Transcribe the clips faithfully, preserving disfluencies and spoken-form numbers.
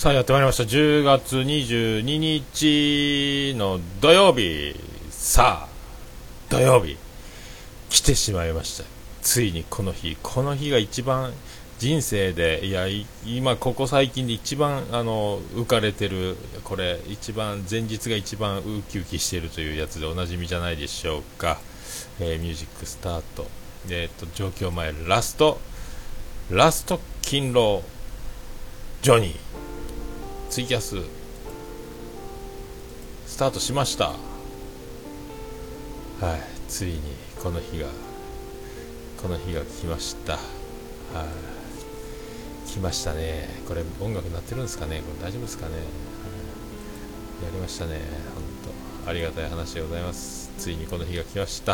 さあやってまいりました。じゅうがつにじゅうににちの土曜日。さあ土曜日来てしまいました。ついにこの日、この日が一番人生で、いや今ここ最近で一番あの浮かれてる、これ一番前日が一番ウキウキしているというやつでおなじみじゃないでしょうか。えー、ミュージックスタート、えー、と状況前ラストラスト勤労ジョニーツイキャススタートしました。はい、ついにこの日がこの日が来ました。はい、来ましたね。これ音楽鳴ってるんですかね。これ大丈夫ですかね。はい、やりましたね。本当ありがたい話でございます。ついにこの日が来ました。はい、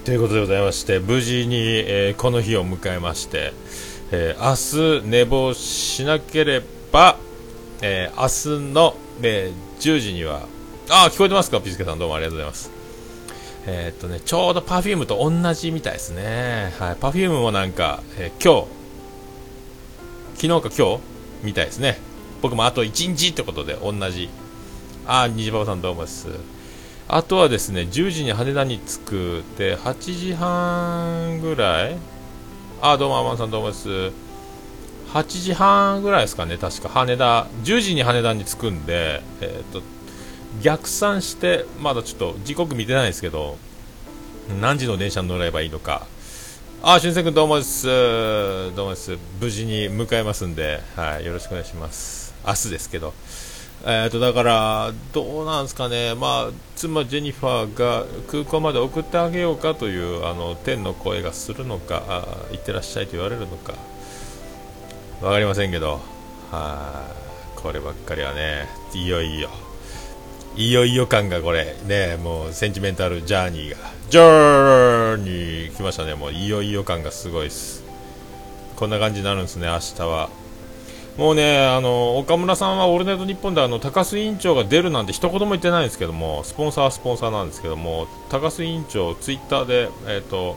ということでございまして、無事に、えー、この日を迎えまして、えー、明日寝坊しなければ、えー、明日の、えー、じゅうじには、あ、聞こえてますか、ピスケさん、どうもありがとうございます。えー、っとね、ちょうど Perfume と同じみたいですね。はい、Perfume もなんか、えー、今日、昨日か今日みたいですね。僕もあといちにちってことで同じ。あ、にじばばさんどうもです。あとはですね、じゅうじに羽田に着くで、はちじはんぐらい、あ、どうもアマンさんどうもです。はちじはんぐらいですかね、確か羽田、じゅうじに羽田に着くんで、えー、と逆算してまだちょっと時刻見てないですけど、何時の電車に乗ればいいのか。あ、しゅんせい君どうもです。どうもです。無事に迎えますんで、はい、よろしくお願いします。明日ですけど、えー、とだからどうなんですかね。まあ妻ジェニファーが空港まで送ってあげようかというあの天の声がするのか、あ、行ってらっしゃいと言われるのかわかりませんけど、はこればっかりはね、いよいよいよいよ感がこれね、もうセンチメンタルジャーニーがジャーニー来ましたね。もういよいよ感がすごいです。こんな感じになるんですね、明日は。もうね、あの岡村さんはオールナイトニッポンであの高須委員長が出るなんて一言も言ってないんですけども、スポンサーはスポンサーなんですけども、高須委員長ツイッターで、えーと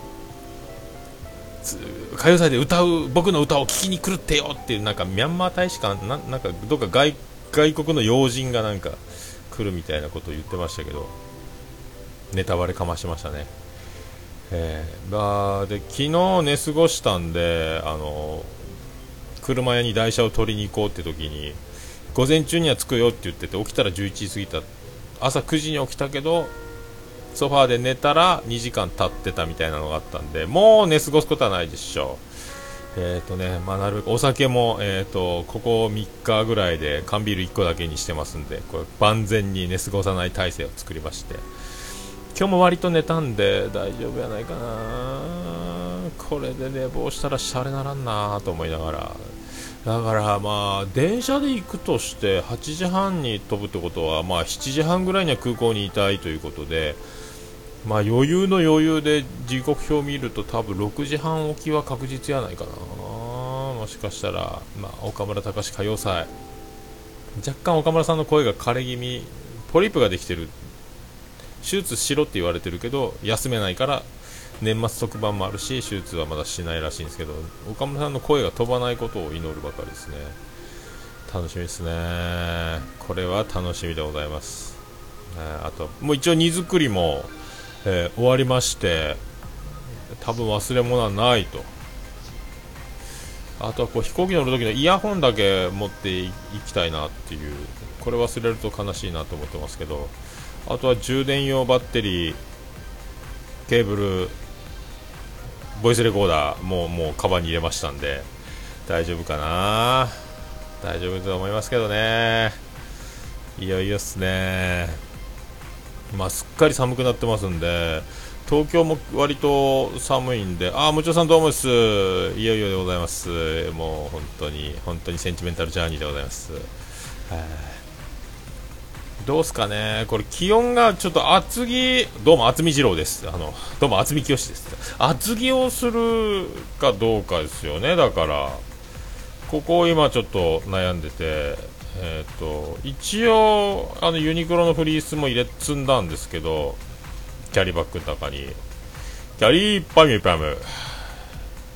歌謡祭で歌う僕の歌を聴きに来るってよっていう、なんかミャンマー大使館 な, なんかどっか 外, 外国の要人がなんか来るみたいなことを言ってましたけど、ネタバレかましましたね。えー、まで昨日寝過ごしたんで、あの車屋に台車を取りに行こうって時に、午前中には着くよって言ってて、起きたらじゅういちじ過ぎた。朝くじに起きたけどソファーで寝たらにじかん経ってたみたいなのがあったんで、もう寝過ごすことはないでしょう。えーとね、まあ、なるべくお酒も、えーとここみっかぐらいで缶ビールいっこだけにしてますんで、これ万全に寝過ごさない体制を作りまして、今日も割と寝たんで大丈夫やないかな。これで寝坊したらシャレならんなと思いながら、だからまあ電車で行くとしてはちじはんに飛ぶってことは、まあしちじはんぐらいには空港にいたいということで、まあ余裕の余裕で時刻表を見ると多分ろくじはん起きは確実やないかな。もしかしたら、まあ、岡村隆史歌謡祭、若干岡村さんの声が枯れ気味、ポリープができてる、手術しろって言われてるけど休めないから年末特番もあるし手術はまだしないらしいんですけど、岡村さんの声が飛ばないことを祈るばかりですね。楽しみですね。これは楽しみでございます。えー、あともう一応荷造りも、えー、終わりまして、多分忘れ物はないと。あとはこう飛行機乗る時のイヤホンだけ持っていきたいなっていう、これ忘れると悲しいなと思ってますけど、あとは充電用バッテリー、ケーブル、ボイスレコーダーもうもうカバンに入れましたんで大丈夫かな。大丈夫と思いますけどね。いよいよっすね。まあすっかり寒くなってますんで、東京も割と寒いんで、あー、もちろさんどうもです。いよいよでございます。もう本当に本当にセンチメンタルジャーニーでございます。どうすかね、これ気温がちょっと厚着、どうも厚見二郎です。あのどうも厚見清です。厚着をするかどうかですよね。だからここを今ちょっと悩んでて、えー、と一応あのユニクロのフリースも入れ積んだんですけど、キャリーバッグの中にキャリーパミュパム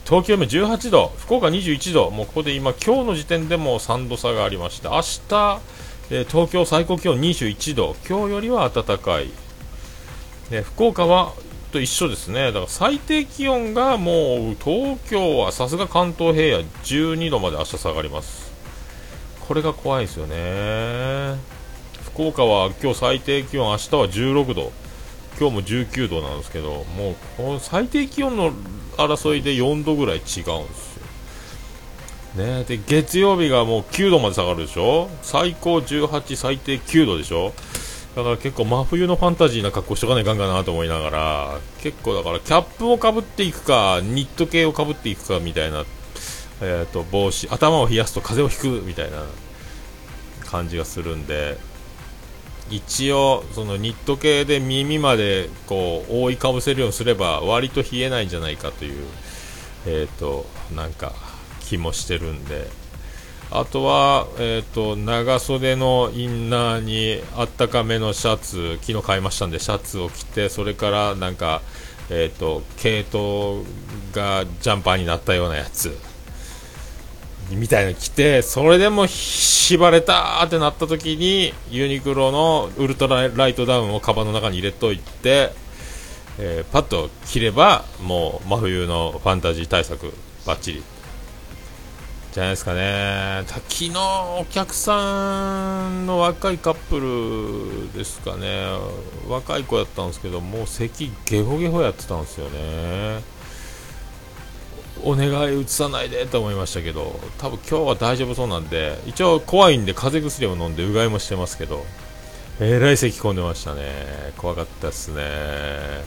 東京今じゅうはちど、福岡にじゅういちど、もうここで今今日の時点でもさんど差がありまして、明日、えー東京最高気温にじゅういちど、今日よりは暖かい、ね、福岡はと一緒ですね。だから最低気温がもう東京はさすが関東平野じゅうにどまで明日下がります。これが怖いですよね。福岡は今日最低気温、明日はじゅうろくど、今日もじゅうきゅうどなんですけど、もうこの最低気温の争いでよんどぐらい違うんですよ、ね、で月曜日がもうきゅうどまで下がるでしょ、最高じゅうはち、最低きゅうどでしょ。だから結構真冬のファンタジーな格好しとかないかんかなと思いながら、結構だからキャップをかぶっていくかニット系をかぶっていくかみたいな、えー、と帽子、頭を冷やすと風邪をひくみたいな感じがするんで、一応そのニット系で耳までこう覆いかぶせるようにすれば割と冷えないんじゃないかという、えー、となんか気もしてるんで、あとは、えー、と長袖のインナーにあったかめのシャツ、昨日買いましたんでシャツを着て、それからなんか、えー、と毛糸がジャンパーになったようなやつみたいなの着て、それでも縛れたーってなった時にユニクロのウルトラライトダウンをカバンの中に入れといて、えー、パッと着ればもう真冬のファンタジー対策バッチリじゃないですかね。昨日お客さんの若いカップルですかね、若い子やったんですけど、もう咳ゲホゲホやってたんですよね。お願い移さないでと思いましたけど、多分今日は大丈夫そうなんで、一応怖いんで風邪薬を飲んでうがいもしてますけど、えらい咳込んでましたね。怖かったですね、え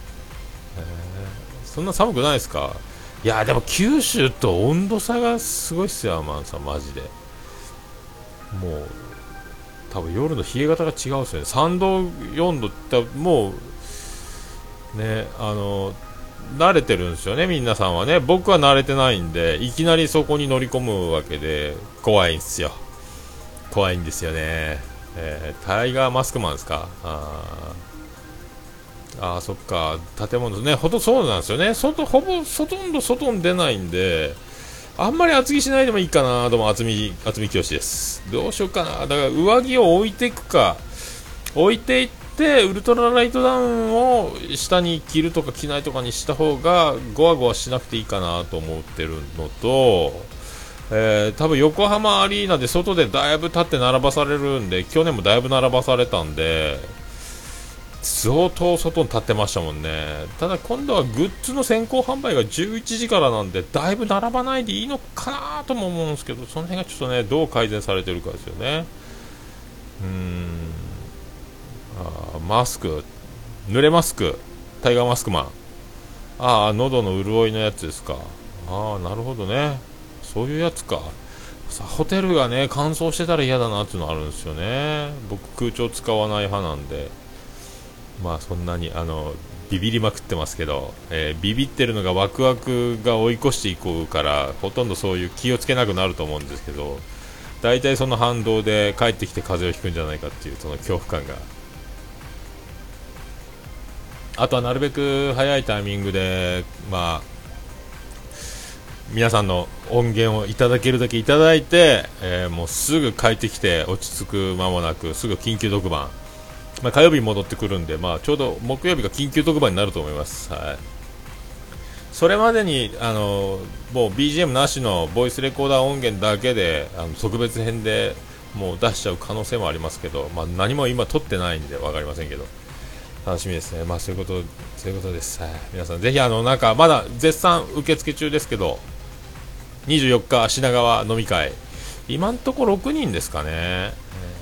ー、そんな寒くないですか。いやでも九州と温度差がすごいっすよ、アマンさんマジで。もう多分夜の冷え方が違うんですよね。さんどよんどってもうね、あの慣れてるんですよね、皆さんはね。僕は慣れてないんで、いきなりそこに乗り込むわけで怖いんですよ。怖いんですよね、えー、タイガーマスクマンですか。ああーそっか、建物ね、ほとそうなんですよね。外ほぼほとんど外に出ないんで、あんまり厚着しないでもいいかな。どうも厚み厚み清です。どうしようかな。だから上着を置いていくか、置いていってウルトラライトダウンを下に着るとか着ないとかにした方がゴワゴワしなくていいかなと思ってるのと、えー、多分横浜アリーナで外でだいぶ立って並ばされるんで、去年もだいぶ並ばされたんで相当外に立ってましたもんね。ただ今度はグッズの先行販売がじゅういちじからなんで、だいぶ並ばないでいいのかなとも思うんですけど、その辺がちょっとねどう改善されてるかですよね。うーん、あマスク、濡れマスク、タイガーマスクマン、ああ喉の潤いのやつですか。ああなるほどね、そういうやつか。さホテルがね乾燥してたら嫌だなっていうのあるんですよね。僕空調使わない派なんで、まあそんなにあのビビりまくってますけど、えー、ビビってるのがワクワクが追い越していこうからほとんどそういう気をつけなくなると思うんですけど、大体その反動で帰ってきて風邪をひくんじゃないかっていうその恐怖感が、あとはなるべく早いタイミングでまあ皆さんの音源をいただけるだけいただいて、えー、もうすぐ帰ってきて落ち着く間もなくすぐ緊急特番、まあ、火曜日に戻ってくるんで、まあ、ちょうど木曜日が緊急特番になると思います、はい、それまでにあのもう ビージーエム なしのボイスレコーダー音源だけであの特別編でもう出しちゃう可能性もありますけど、まあ、何も今撮ってないんで分かりませんけど楽しみですね。まあそういうことそういうことです、はい、皆さんぜひあのなんかまだ絶賛受付中ですけど、にじゅうよっか品川飲み会、今んところろくにんですかね、え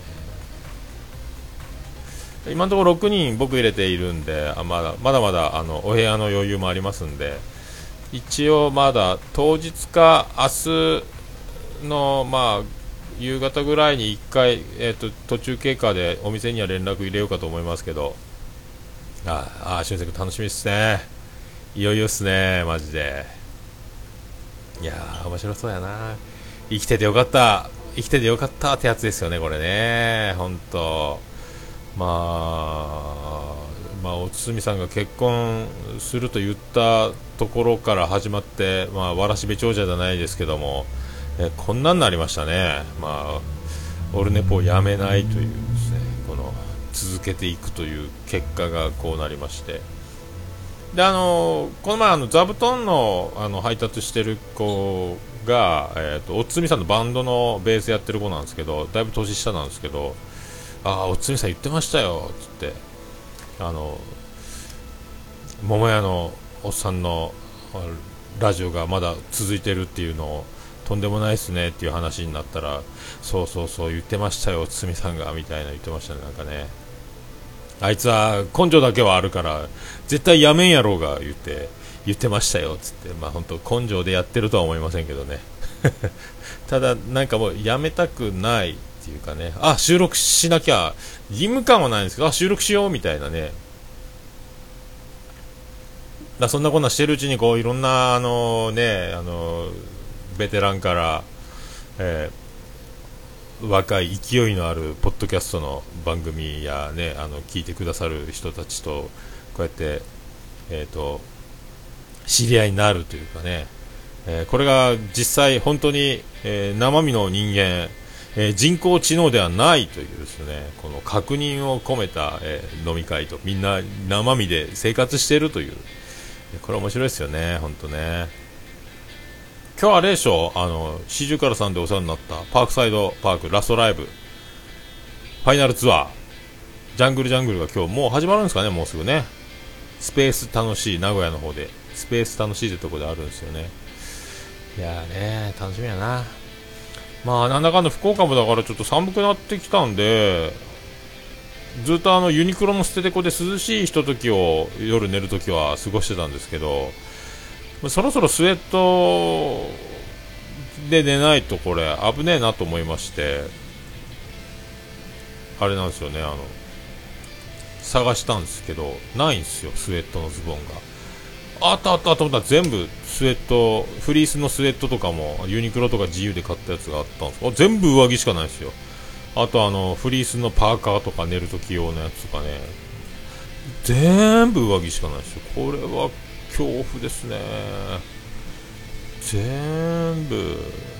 ー、今んところろくにん僕入れているんで、あまだまだまだあのお部屋の余裕もありますんで、一応まだ当日か明日のまあ夕方ぐらいにいっかい、えー、と途中経過でお店には連絡入れようかと思いますけど、ああ俊介楽しみですね。いよいよっすねマジで。いやー面白そうやな。生きててよかった、生きててよかったってやつですよねこれね。本当まあまあおつみさんが結婚すると言ったところから始まって、まあ、わらしべ長者じゃないですけども、えこんなになりましたね。まあ、オルネポをやめないというですね、この続けていくという結果がこうなりまして、であのこの前あの座布団の、あの配達してる子が、えー、とおつみさんのバンドのベースやってる子なんですけど、だいぶ年下なんですけど、ああおつみさん言ってましたよつって、あの桃屋のおっさんのラジオがまだ続いてるっていうのをとんでもないっすねっていう話になったら、そうそうそう言ってましたよつみさんがみたいな言ってましたね。なんかね、あいつは根性だけはあるから絶対やめんやろうが言って言ってましたよつって、まあ本当根性でやってるとは思いませんけどねただなんかもうやめたくないっていうかね、あ収録しなきゃ義務感はないんですけど、あ収録しようみたいなね、だそんなこんなしてるうちにこういろんなあのねあのベテランから、えー若い勢いのあるポッドキャストの番組やね、あの聞いてくださる人たちとこうやって、えー、と知り合いになるというかね、えー、これが実際本当に、えー、生身の人間、えー、人工知能ではないというですね、この確認を込めた、えー、飲み会とみんな生身で生活しているという、これ面白いですよね本当ね。今日はあれでしょ、あの四十からさんでお世話になったパークサイドパークラストライブファイナルツアージャングルジャングルが今日もう始まるんですかね、もうすぐね。スペース楽しい名古屋の方でスペース楽しいってとこであるんですよね。いやーね楽しみやな。まあなんだかんだ福岡もだからちょっと寒くなってきたんで、ずっとあのユニクロの捨ててこで涼しいひとときを夜寝るときは過ごしてたんですけど、そろそろスウェットで寝ないとこれ危ねえなと思いまして、あれなんですよね、あの探したんですけどないんですよ、スウェットのズボンが。あったあったと思ったら全部スウェット、フリースのスウェットとかもユニクロとか自由で買ったやつがあったんです。全部上着しかないですよ。あとあのフリースのパーカーとか寝るとき用のやつとかね、全部上着しかないですよ。これは恐怖ですね。全部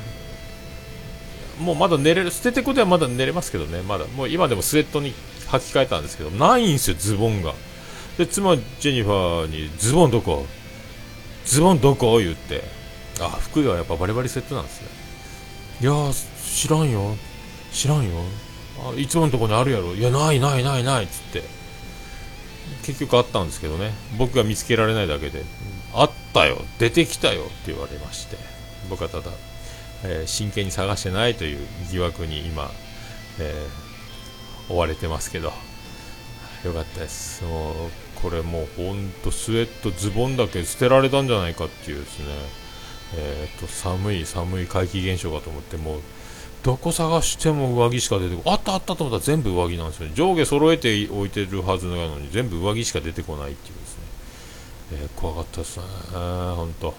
もうまだ寝れる、捨ててこではまだ寝れますけどね、まだもう今でもスウェットに履き替えたんですけどないんですよズボンが。で妻ジェニファーにズボンどこズボンどこ言って、あ服がやっぱバリバリセットなんですね。いやー知らんよ知らんよ、あいつものとこにあるやろ、いやないないないないっつって結局あったんですけどね、僕が見つけられないだけで、あったよ出てきたよって言われまして、僕はただ、えー、真剣に探してないという疑惑に今、えー、追われてますけど、よかったです。もうこれもうほんとスウェットズボンだけ捨てられたんじゃないかっていうですね、えー、と寒い寒い怪奇現象かと思って、もうどこ探しても上着しか出てこない。あったあったと思ったら全部上着なんですよね。上下揃えて置いてるはずなのに全部上着しか出てこないっていうですね、えー、怖かったですね本当。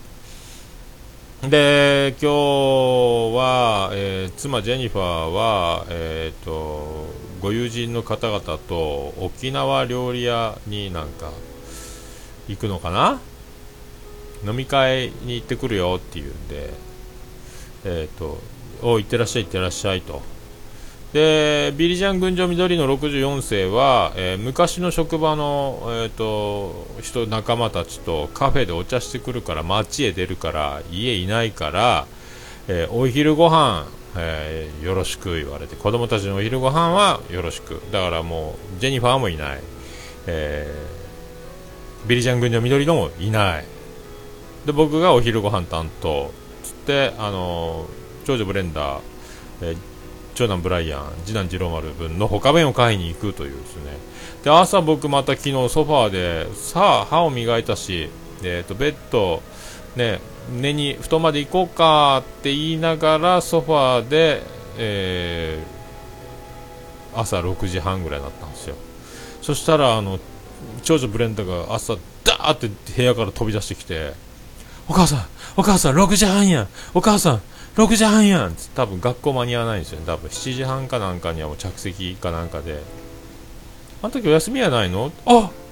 で今日は、えー、妻ジェニファーは、えー、とご友人の方々と沖縄料理屋になんか行くのかな、飲み会に行ってくるよっていうんで、えっ、ー、とお行ってらっしゃい行ってらっしゃいと。でビリジャン群青緑のろくじゅうよん世は、えー、昔の職場の、えー、と人仲間たちとカフェでお茶してくるから街へ出るから家いないから、えー、お昼ご飯、えー、よろしく言われて、子供たちのお昼ご飯はよろしく、だからもうジェニファーもいない、えー、ビリジャン群青緑のもいないで、僕がお昼ご飯担当つって、あのー、長女ブレンダー、えー長男ブライアン、次男次郎丸分の他弁を買いに行くというですね。で朝僕また昨日ソファーでさあ歯を磨いたし、えー、とベッドね寝に布団まで行こうかって言いながらソファーで、えー、朝ろくじはんぐらいになったんですよ。そしたらあの長女ブレンダーが朝ダーって部屋から飛び出してきて、お母さんお母さんろくじはんやん、お母さんろくじはんやん、多分学校間に合わないんですよね。多分しちじはんかなんかにはもう着席かなんかで、あの時お休みやないの、あ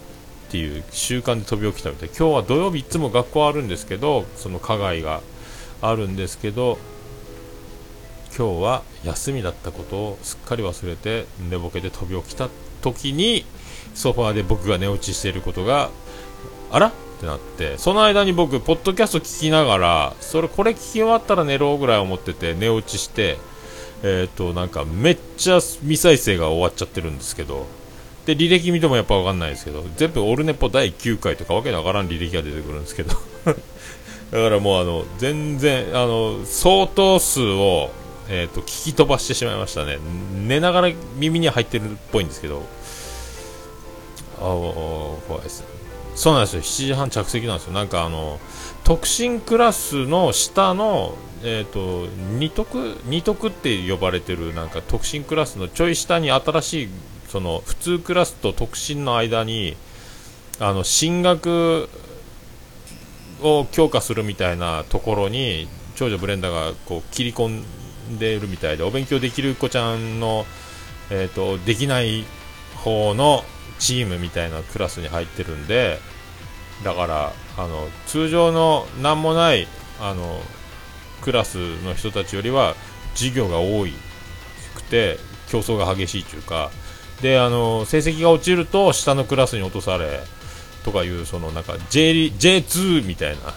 っていう習慣で飛び起きたみたい。今日は土曜日いつも学校あるんですけど、その課外があるんですけど、今日は休みだったことをすっかり忘れて寝ぼけて飛び起きた時にソファーで僕が寝落ちしていることがあらってなって、その間に僕ポッドキャスト聞きながら、それこれ聞き終わったら寝ろうぐらい思ってて寝落ちして、えーとなんかめっちゃ未再生が終わっちゃってるんですけど、で履歴見てもやっぱ分かんないですけど、全部オルネポだいきゅうかいとかわけのわからん履歴が出てくるんですけどだからもうあの全然あの相当数を、えーと聞き飛ばしてしまいましたね。寝ながら耳に入ってるっぽいんですけど、あ怖いですね。そうなんですよ、しちじはん着席なんですよ。なんかあの特進クラスの下の、えー、と二徳二徳って呼ばれてるなんか特進クラスのちょい下に新しいその普通クラスと特進の間にあの進学を強化するみたいなところに長女ブレンダがこう切り込んでいるみたいで、お勉強できる子ちゃんの、えー、とできない方のチームみたいなクラスに入ってるんで、だからあの通常のなんもないあのクラスの人たちよりは授業が多くて競争が激しいというかで、あの成績が落ちると下のクラスに落とされとかいう、そのなんか J リ ジェイツー みたいな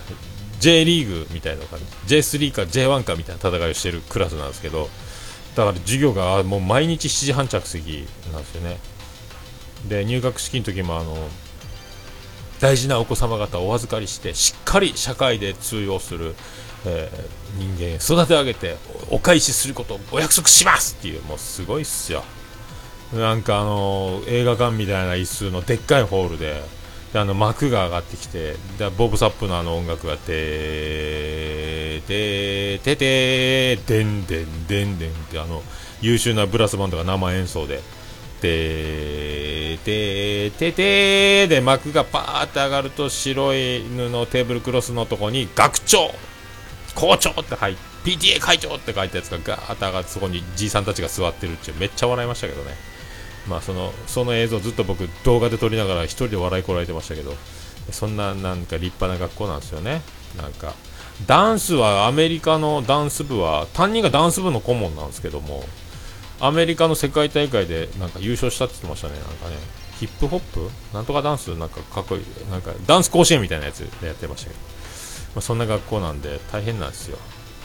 J リーグみたいな感じ ジェイスリー か ジェイワン かみたいな戦いをしているクラスなんですけど、だから授業がもう毎日しちじはん着席なんですよね。で入学式の時もあの大事なお子様方をお預かりしてしっかり社会で通用する、えー、人間育て上げてお返しすることをお約束しますっていう、もうすごいっすよ。なんかあの映画館みたいな一数のでっかいホールで、であの幕が上がってきて、でボブサップのあの音楽がてーてーてーてーでんでんでんでんってあの優秀なブラスバンドが生演奏でてーてーてーてーで幕がパーって上がると白い布テーブルクロスのとこに学長校長って入って ピーティーエー 会長って書いたやつがガーッと上がって、そこにじいさんたちが座ってるっていう、めっちゃ笑いましたけどね。まあそのその映像ずっと僕動画で撮りながら一人で笑いこらえてましたけど、そんななんか立派な学校なんですよね。なんかダンスはアメリカのダンス部は担任がダンス部の顧問なんですけども、アメリカの世界大会でなんか優勝したって言ってましたね。なんかねヒップホップなんとかダンスなんかかっこいいなんかダンス甲子園みたいなやつでやってましたけど、まあ、そんな学校なんで大変なんですよ。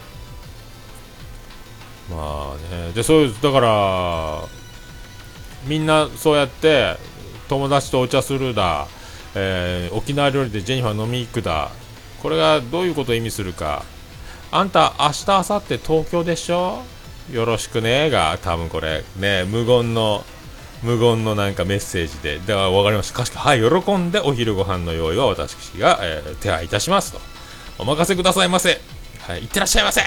まあね、でそういうだからみんなそうやって友達とお茶するだ、えー、沖縄料理でジェニファー飲み行くだ、これがどういうことを意味するか。あんた明日明後日東京でしょ、よろしくねが多分これね無言の無言のなんかメッセージで、では分かりました、かしかはい喜んでお昼ご飯の用意は私が、えー、手配いたしますと、お任せくださいませ、はい、いってらっしゃいませ、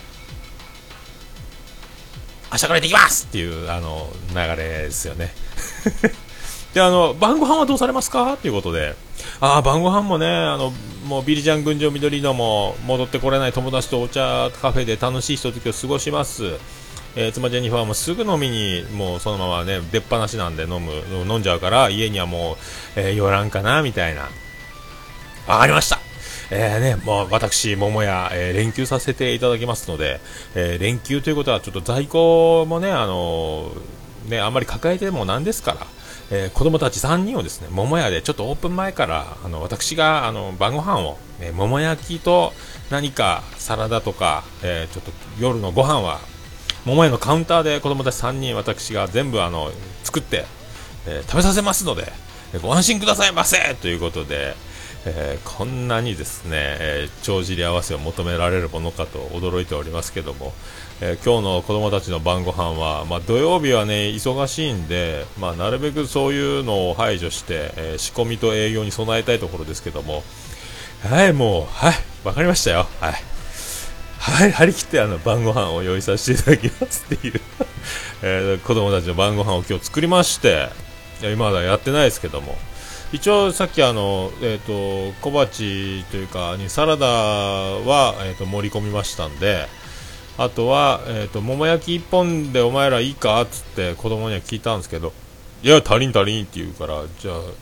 明日から行ってきますっていうあの流れですよねであの晩ご飯はどうされますかということで、あ晩ご飯もねあのもうビリジャン群青緑のも戻ってこれない友達とお茶カフェで楽しいひとときを過ごします。えー、妻ジェニファーもすぐ飲みにもうそのままね出っ放しなんで飲む飲んじゃうから家にはもう、えー、寄らんかなみたいな。わかりました。えーね、もう私桃屋、えー、連休させていただきますので、えー、連休ということはちょっと在庫もねあのー、ねあんまり抱えてもなんですから、えー、子供たちさんにんをですね桃屋でちょっとオープン前からあの私があの晩ご飯を、ね、桃焼きと何かサラダとか、えー、ちょっと夜のご飯は桃屋のカウンターで子供たちさんにん私が全部あの作って、えー、食べさせますのでご安心くださいませということで、えー、こんなにですね、えー、帳尻合わせを求められるものかと驚いておりますけども、えー、今日の子供たちの晩ご飯は、まあ、土曜日はね忙しいんで、まあ、なるべくそういうのを排除して、えー、仕込みと営業に備えたいところですけども、はいもうはいわかりましたよ、はいはい張り切ってあの晩ご飯を用意させていただきますっていう、えー、子供たちの晩ご飯を今日作りまして、今まだやってないですけども、一応さっきあの、えー、と小鉢というかにサラダは、えー、と盛り込みましたんで、あとは、えー、と桃焼きいっぽんでお前らいいかっつって子供には聞いたんですけど、いや足りん足りんって言うから、じゃあ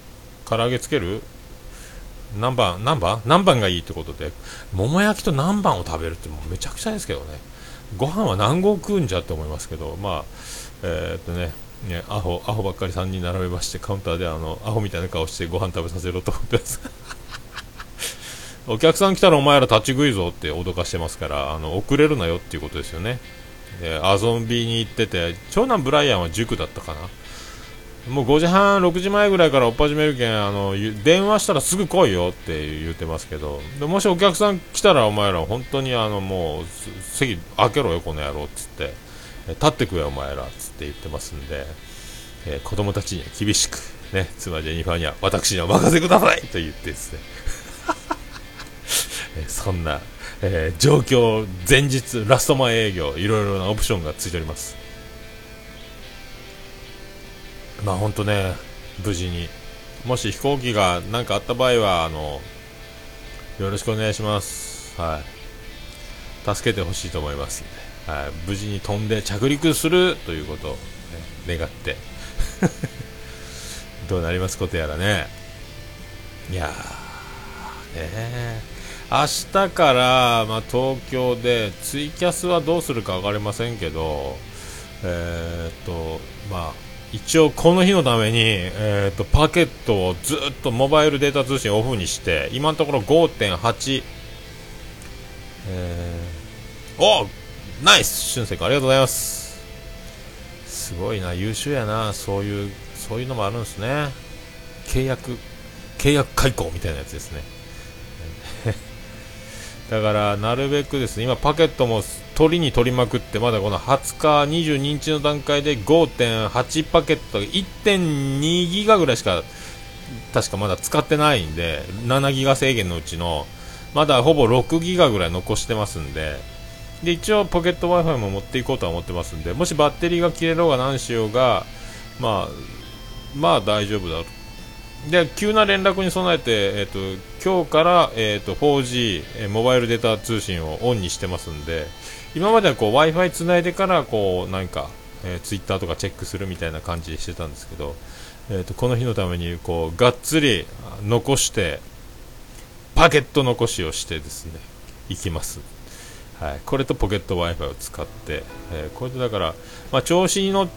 唐揚げつける？何番何番何番がいいってことで、桃焼きと何番を食べるってもうめちゃくちゃですけどね。ご飯は何合食うんじゃって思いますけど、まあえー、っとねねアホアホばっかりさんにん並べまして、カウンターであのアホみたいな顔してご飯食べさせろと思ってますお客さん来たらお前ら立ち食いぞって脅かしてますから、あの遅れるなよっていうことですよね。で遊びに行ってて、長男ブライアンは塾だったかな。もうごじはんろくじまえぐらいからおっ始めるけん、あの電話したらすぐ来いよって言ってますけど、でもしお客さん来たらお前ら本当にあのもう席開けろよこの野郎っつって、立ってくれよお前らっつって言ってますんで、えー、子供たちには厳しくね、妻ジェニファーには私にはお任せくださいと言ってですねえー、そんな、えー、状況前日ラストマン営業、いろいろなオプションがついております。まあ本当ね、無事に、もし飛行機が何かあった場合はあのよろしくお願いします。はい、助けてほしいと思いますので、はい、無事に飛んで着陸するということを、ね、願ってどうなりますことやらね。いやーねー、明日から、まあ、東京でツイキャスはどうするか分かりませんけど、えー、っとまあ一応この日のために、えー、とパケットをずっとモバイルデータ通信オフにして、今のところ ごてんはち、えー、おナイス俊介君ありがとうございます。すごいな、優秀やな。そういうそういうのもあるんですね。契約契約解雇みたいなやつですねだからなるべくですね、今パケットも取りに取りまくって、まだこのはつかにじゅうににちの段階で ごてんはち パケット いってんに ギガぐらいしか確かまだ使ってないんで、ななギガ制限のうちのまだほぼろくギガぐらい残してますんで、で一応ポケット Wi-Fi も持っていこうとは思ってますんで、もしバッテリーが切れろうが何しようがまあまあ大丈夫だろう。で急な連絡に備えて、えー、と今日から、えー、と フォージー、えー、モバイルデータ通信をオンにしてますんで、今まではこう Wi-Fi つないでからこうなんか、えー、Twitter とかチェックするみたいな感じでしてたんですけど、えー、とこの日のためにこうがっつり残してパケット残しをしてですねいきます。はい、これとポケット Wi-Fi を使って、えー、これでだから、まあ、調子に乗って、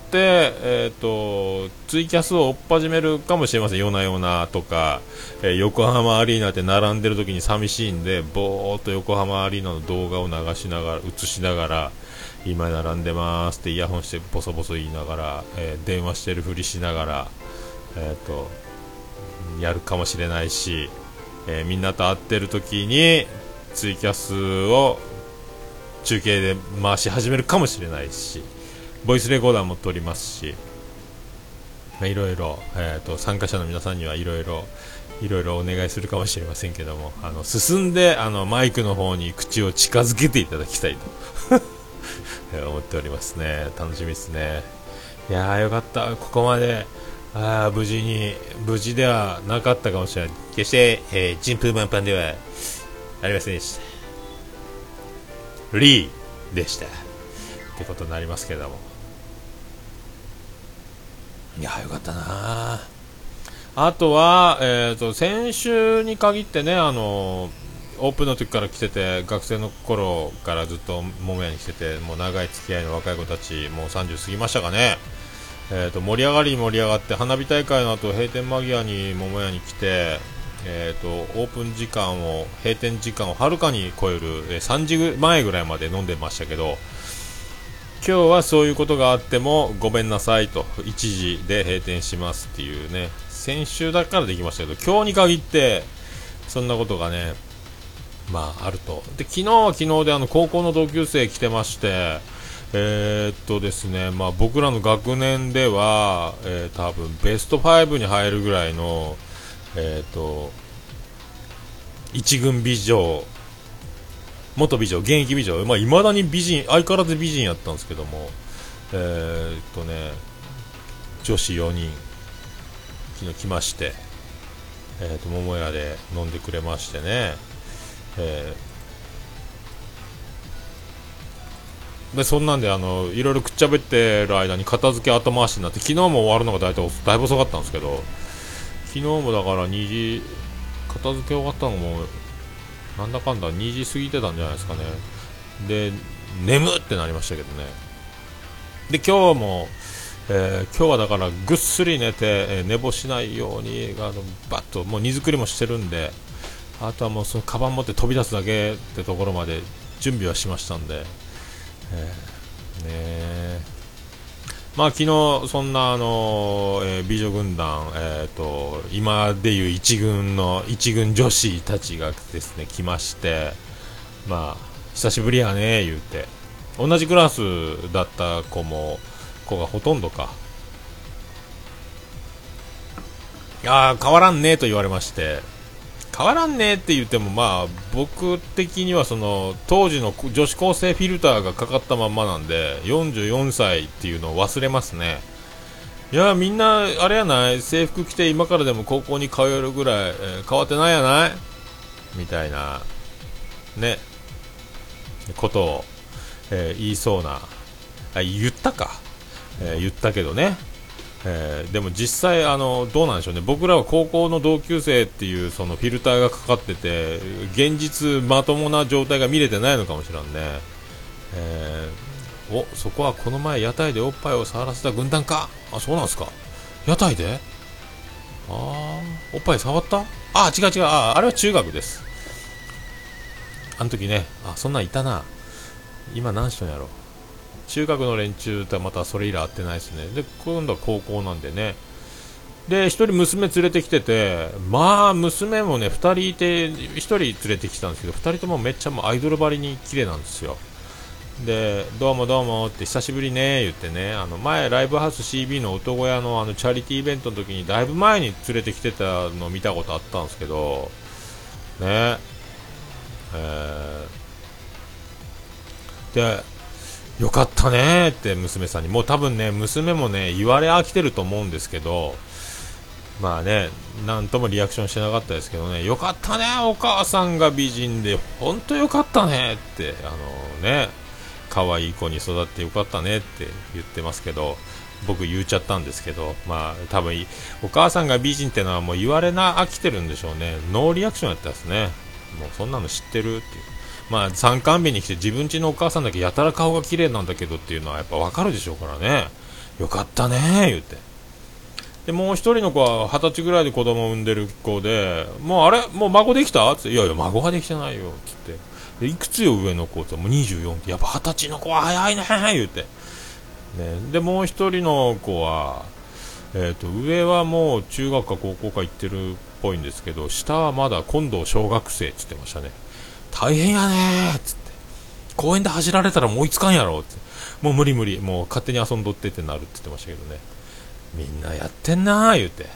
えー、とツイキャスを追っ始めるかもしれません。夜な夜なとか、えー、横浜アリーナって並んでる時に寂しいんで、ぼーっと横浜アリーナの動画を流しながら映しながら、今並んでますってイヤホンしてボソボソ言いながら、えー、電話してるふりしながら、えー、とやるかもしれないし、えー、みんなと会ってる時にツイキャスを中継で回し始めるかもしれないし、ボイスレコーダーも撮りますし、いろいろ、えーと、参加者の皆さんにはいろいろいろいろお願いするかもしれませんけども、あの進んであのマイクの方に口を近づけていただきたいと思っておりますね。楽しみですね。いやーよかった、ここまであ無事に無事ではなかったかもしれない。決して、えー、チンプーマンパンではありませんでした。リーでしたってことになりますけども、いやよかったな。あとは、えー、と先週に限ってね、あのオープンの時から来てて、学生の頃からずっと桃屋に来てて、もう長い付き合いの若い子たち、もうさんじゅう過ぎましたかね。えー、と盛り上がり盛り上がって、花火大会の後閉店間際に桃屋に来て、えー、とオープン時間を閉店時間をはるかに超える、えー、さんじまえぐらいまで飲んでましたけど、今日はそういうことがあってもごめんなさいと、いちじで閉店しますっていうね、先週だからできましたけど、今日に限ってそんなことがねまああると。で昨日は昨日であの高校の同級生来てまして、えー、っとですねまあ僕らの学年では、えー、多分ベストごに入るぐらいのえー、と一軍美女、元美女、現役美女、まあ、未だに美人、相変わらず美人やったんですけども、えー、とね女子よにん昨日来まして、えー、と桃屋で飲んでくれましてね、えー、でそんなんであのいろいろくっちゃべってる間に片付け後回しになって、昨日も終わるのがだいたいだいぶ遅かったんですけど、 昨日もだからにじ片付け終わったのもなんだかんだにじ過ぎてたんじゃないですかね。で眠ってなりましたけどね。で今日も、えー、今日はだからぐっすり寝て、えー、寝坊しないようにあのバッともう荷造りもしてるんで、あとはもうそのカバン持って飛び出すだけってところまで準備はしましたんで、えー、ねまあ昨日そんなあの、えー、美女軍団、えー、と今でいう一軍の一軍女子たちがですね来まして、まあ久しぶりやね言うて、同じクラスだった子も子がほとんどか、いやー変わらんねと言われまして、変わらんねって言ってもまあ僕的にはその当時の女子高生フィルターがかかったまんまなんでよんじゅうよんさいっていうのを忘れますね。いやみんなあれやない、制服着て今からでも高校に通えるぐらい、えー、変わってないやないみたいなねことを、えー、言いそうな、あ言ったか、えー、言ったけどね、えー、でも実際あのどうなんでしょうね。僕らは高校の同級生っていうそのフィルターがかかってて現実まともな状態が見れてないのかもしれんね。えー、おそこはこの前屋台でおっぱいを触らせた軍団か。あそうなんですか、屋台であーおっぱい触った、あ違う違う、ああれは中学です。あの時ね、あそんなんいたな。今何しとんやろ。中学の連中とはまたそれ以来会ってないですね。で今度は高校なんでね。で一人娘連れてきてて、まあ娘もねふたりいてひとり連れてきたんですけど、ふたりともめっちゃもうアイドルばりに綺麗なんですよ。でどうもどうもって久しぶりね言ってね、あの前ライブハウス シービー の音小屋のあのチャリティーイベントの時にだいぶ前に連れてきてたのを見たことあったんですけどね、えー、でよかったねって娘さんに、もう多分ね娘もね言われ飽きてると思うんですけど、まあねなんともリアクションしてなかったですけどね、よかったねお母さんが美人で本当よかったねって、あのね可愛い子に育ってよかったねって言ってますけど、僕言っちゃったんですけど、まあ多分お母さんが美人ってのはもう言われな飽きてるんでしょうね。ノーリアクションやったですね。もうそんなの知ってるっていう、まあ参観日に来て自分家のお母さんだけやたら顔が綺麗なんだけどっていうのはやっぱ分かるでしょうからね。よかったね言って、でもう一人の子は二十歳ぐらいで子供を産んでる子で、もうあれもう孫できたって、いやいや孫はできてないよっつって、でいくつよ上の子ってもうにじゅうよんって、やっぱ二十歳の子は早いね言って、ね、でもう一人の子は、えー、と上はもう中学か高校か行ってるっぽいんですけど、下はまだ今度小学生っつってましたね。大変やねーっつって、公園で走られたらもう追いつかんやろって、もう無理無理もう勝手に遊んどってってなるって言ってましたけどね。みんなやってんなー言うて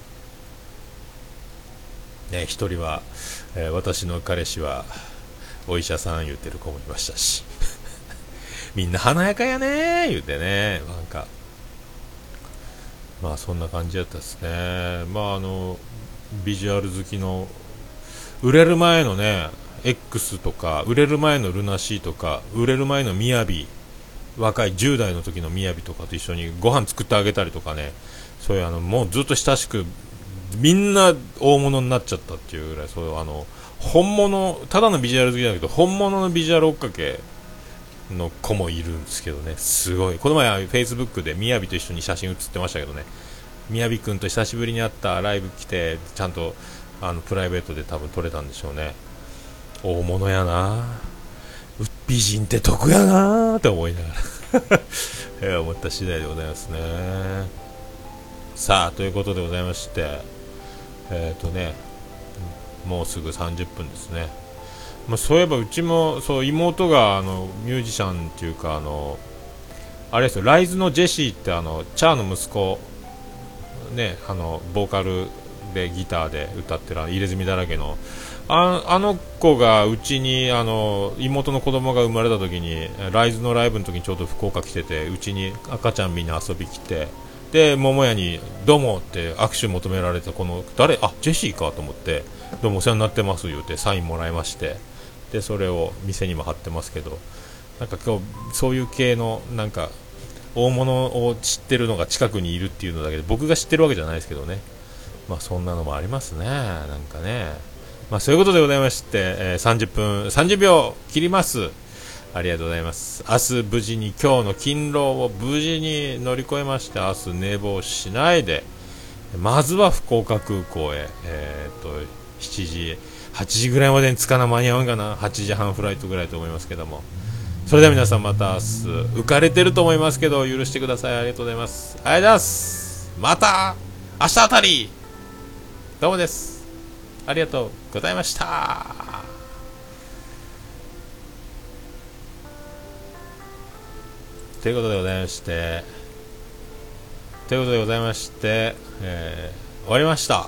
ね、一人は、えー、私の彼氏はお医者さん言うてる子もいましたしみんな華やかやねー言うてね、なんかまあそんな感じだったですね。まああのビジュアル好きの売れる前のね X とか、売れる前のルナシーとか、売れる前のみやび、若いじゅう代の時のみやびとかと一緒にご飯作ってあげたりとかね、そういうあのもうずっと親しくみんな大物になっちゃったっていうぐらい、そういうあの本物、ただのビジュアル好きだけど本物のビジュアル追っかけの子もいるんですけどね、すごい。この前はフェイスブックでみやびと一緒に写真写ってましたけどね、みやびくんと久しぶりに会ったライブ来てちゃんとあのプライベートで多分撮れたんでしょうね。大物やな、美人って得やなーって思いながらえー、思った次第でございますね。さあということでございまして、えっ、ー、とねもうすぐさんじゅっぷんですね。まあ、そういえばうちもそう妹があのミュージシャンっていうか、あのあれですよ、ライズのジェシーってあのチャーの息子ね、あのボーカルでギターで歌ってる入れ墨だらけの あ, あの子がうちに、あの妹の子供が生まれた時にライズのライブの時にちょうど福岡来てて、うちに赤ちゃんみんな遊び来て、で桃屋にどうもって握手求められて、この誰、あジェシーかと思って、どうもお世話になってます言うてサインもらいまして、でそれを店にも貼ってますけど、なんか今日そういう系のなんか大物を知ってるのが近くにいるっていうのだけで、僕が知ってるわけじゃないですけどね、 まあそんなのもありますね、なんかね。まあそういうことでございまして、えー、さんじゅっぷんさんじゅうびょう切ります。ありがとうございます。明日無事に今日の勤労を無事に乗り越えまして、明日寝坊しないで、まずは福岡空港へ、えー、っとしちじはちじぐらいまでに着かな間に合うんかな。はちじはんフライトぐらいと思いますけども、それでは皆さんまた明日浮かれてると思いますけど許してください。ありがとうございます。ありがとうございます。また明日あたりどうもです。ありがとうございました。ということでございましてということでございまして、えー、終わりました。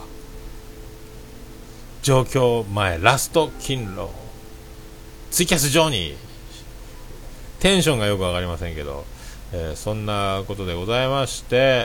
上京前ラスト勤労ツイキャスジョーニー、テンションがよくわかりませんけど、えー、そんなことでございまして、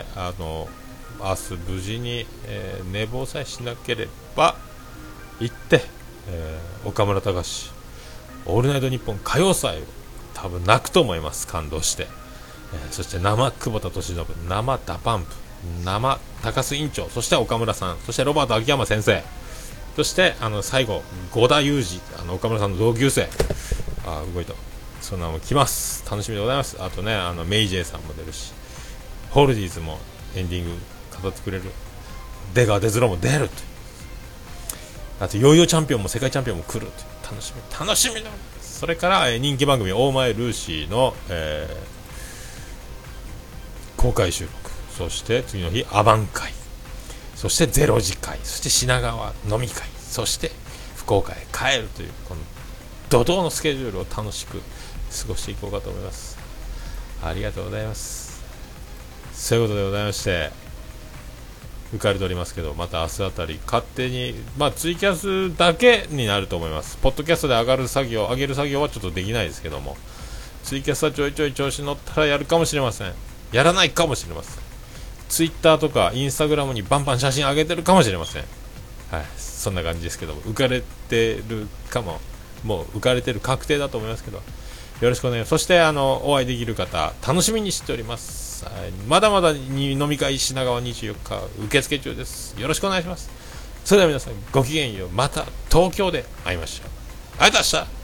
あの明日無事に、えー、寝坊さえしなければ行って、えー、岡村隆史オールナイトニッポン歌謡祭を多分泣くと思います。感動して、えー、そして生久保田利伸、生ダパンプ、生高須委員長、そして岡村さん、そしてロバート秋山先生、そしてあの最後五田裕二、あの岡村さんの同級生、あ動いた、そんなのも来ます。楽しみでございます。あとね、あのメイジェイさんも出るし、ホールディーズもエンディング語ってくれる、出川デズロも出るという、あとヨーヨーチャンピオンも世界チャンピオンも来るという、楽しみ楽しみだ。それから、えー、人気番組オーマイルーシーの、えー、公開収録、そして次の日アバン会、そしてゼロ次会、そして品川飲み会、そして福岡へ帰るという、この怒涛のスケジュールを楽しく過ごしていこうかと思います。ありがとうございます。そういうことでございまして、浮かれておりますけど、また明日あたり勝手に、まあ、ツイキャスだけになると思います。ポッドキャストで上がる作業上げる作業はちょっとできないですけども、ツイキャスはちょいちょい調子乗ったらやるかもしれません。やらないかもしれません。ツイッターとかインスタグラムにバンバン写真上げてるかもしれません。はい、そんな感じですけども、浮かれてるかも、もう浮かれてる確定だと思いますけど、よろしくお願いします。そしてあのお会いできる方楽しみにしております。はい、まだまだに飲み会品川にじゅうよっか受付中です。よろしくお願いします。それでは皆さんごきげんよう。また東京で会いましょう。ありがとうございました。